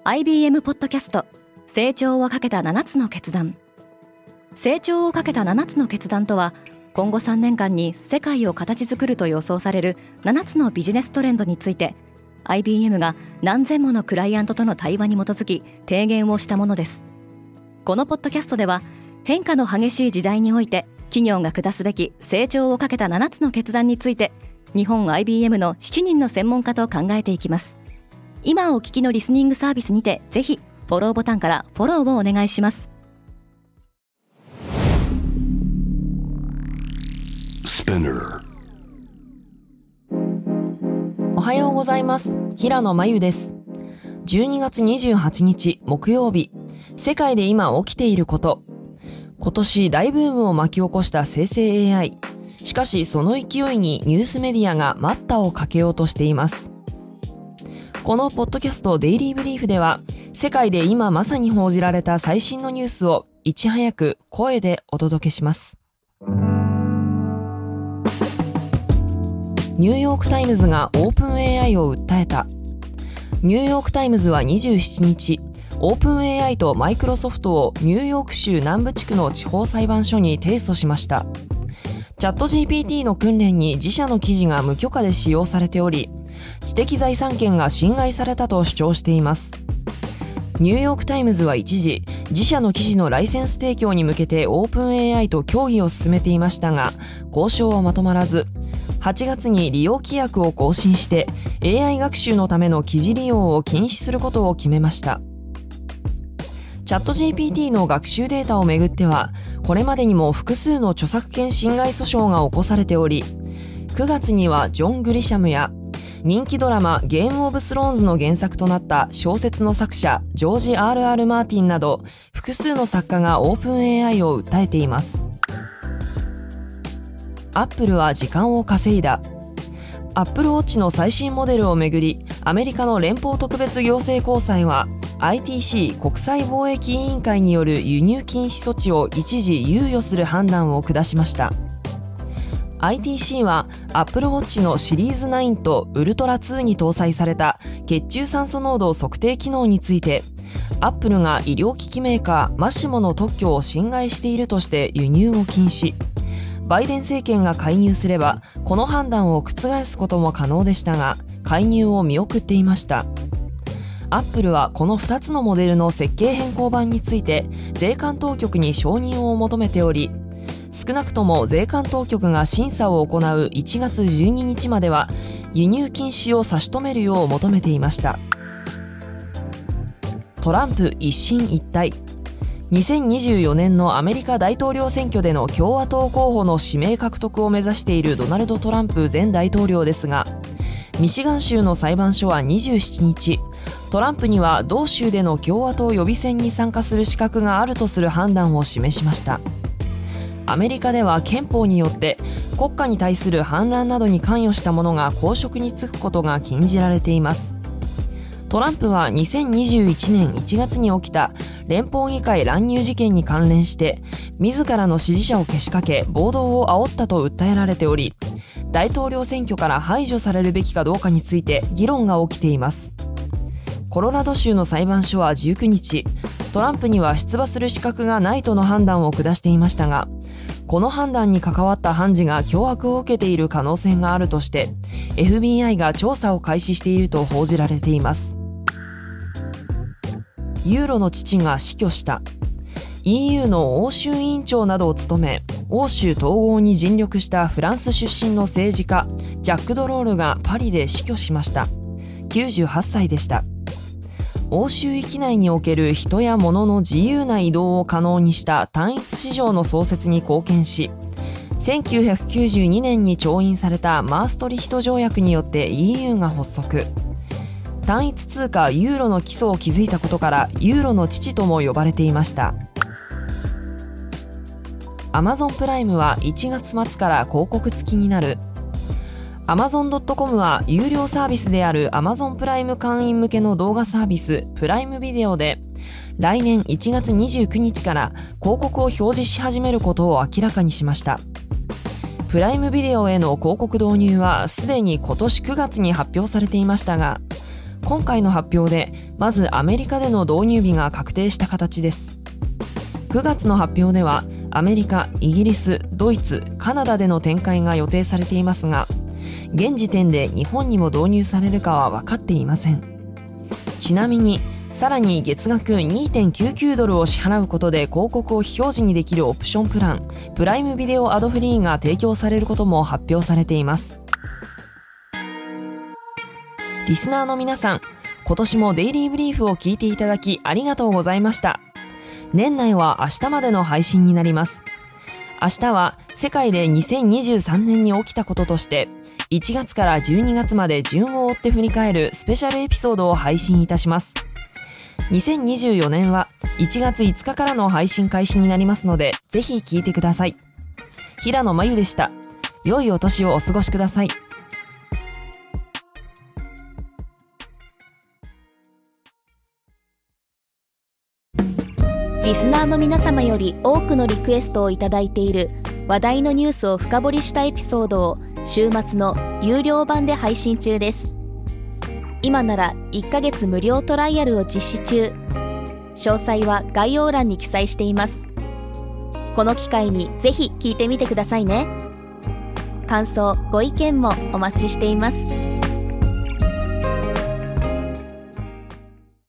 IBM ポッドキャスト成長をかけた7つの決断。成長をかけた7つの決断とは、今後3年間に世界を形作ると予想される7つのビジネストレンドについて、 IBM が何千ものクライアントとの対話に基づき提言をしたものです。このポッドキャストでは、変化の激しい時代において企業が下すべき成長をかけた7つの決断について、日本 IBM の7人の専門家と考えていきます。今お聞きのリスニングサービスにて、ぜひフォローボタンからフォローをお願いします。 おはようございます。平野真由です。12月28日木曜日、世界で今起きていること。今年大ブームを巻き起こした生成 AI。しかしその勢いにニュースメディアが待ったをかけようとしています。このポッドキャストデイリーブリーフでは、世界で今まさに報じられた最新のニュースをいち早く声でお届けします。ニューヨークタイムズがオープン AI を訴えた。ニューヨークタイムズは27日、オープン AI とマイクロソフトをニューヨーク州南部地区の地方裁判所に提訴しました。チャット GPT の訓練に自社の記事が無許可で使用されており、知的財産権が侵害されたと主張しています。ニューヨークタイムズは一時、自社の記事のライセンス提供に向けてオープン AI と協議を進めていましたが、交渉はまとまらず、8月に利用規約を更新して AI 学習のための記事利用を禁止することを決めました。チャット GPT の学習データをめぐっては、これまでにも複数の著作権侵害訴訟が起こされており、9月にはジョン・グリシャムや人気ドラマゲームオブスローンズの原作となった小説の作者ジョージ・ R.R. マーティンなど複数の作家がオープン AI を訴えています。アップルは時間を稼いだ。アップルウォッチの最新モデルをめぐり、アメリカの連邦特別行政高裁は ITC 国際貿易委員会による輸入禁止措置を一時猶予する判断を下しました。ITC は Apple Watch のシリーズ9とウルトラ2に搭載された血中酸素濃度測定機能について、Apple が医療機器メーカーマシモの特許を侵害しているとして輸入を禁止。バイデン政権が介入すればこの判断を覆すことも可能でしたが、介入を見送っていました。アップルはこの2つのモデルの設計変更版について税関当局に承認を求めており、少なくとも税関当局が審査を行う1月12日までは輸入禁止を差し止めるよう求めていました。トランプ一進一退。2024年のアメリカ大統領選挙での共和党候補の指名獲得を目指しているドナルド・トランプ前大統領ですが、ミシガン州の裁判所は27日、トランプには同州での共和党予備選に参加する資格があるとする判断を示しました。アメリカでは憲法によって国家に対する反乱などに関与した者が公職に就くことが禁じられています。トランプは2021年1月に起きた連邦議会乱入事件に関連して自らの支持者をけしかけ暴動を煽ったと訴えられており、大統領選挙から排除されるべきかどうかについて議論が起きています。コロラド州の裁判所は19日、トランプには出馬する資格がないとの判断を下していましたが、この判断に関わった判事が脅迫を受けている可能性があるとして FBI が調査を開始していると報じられています。ユーロの父が死去した。 EU の欧州委員長などを務め、欧州統合に尽力したフランス出身の政治家ジャック・ドロールがパリで死去しました。98歳でした。欧州域内における人や物の自由な移動を可能にした単一市場の創設に貢献し、1992年に調印されたマーストリヒト条約によって EU が発足。単一通貨ユーロの基礎を築いたことからユーロの父とも呼ばれていました。Amazon プライムは1月末から広告付きになる。Amazon.com は有料サービスである Amazon プライム会員向けの動画サービスプライムビデオで、来年1月29日から広告を表示し始めることを明らかにしました。プライムビデオへの広告導入はすでに今年9月に発表されていましたが、 今回の発表でまずアメリカでの導入日が確定した形です。9月の発表ではアメリカ、イギリス、ドイツ、カナダでの展開が予定されていますが、現時点で日本にも導入されるかは分かっていません。ちなみにさらに月額 2.99 ドルを支払うことで広告を表示にできるオプションプラン、プライムビデオアドフリーが提供されることも発表されています。リスナーの皆さん、今年もデイリーブリーフを聞いていただきありがとうございました。年内は明日までの配信になります。明日は世界で2023年に起きたこととして1月から12月まで順を追って振り返るスペシャルエピソードを配信いたします。2024年は1月5日からの配信開始になりますので、ぜひ聞いてください。平野真由でした。良いお年をお過ごしください。 リスナーの皆様より多くのリクエストをいただいている話題のニュースを深掘りしたエピソードを週末の有料版で配信中です。今なら1ヶ月無料トライアルを実施中。詳細は概要欄に記載しています。この機会にぜひ聞いてみてくださいね。感想、ご意見もお待ちしています。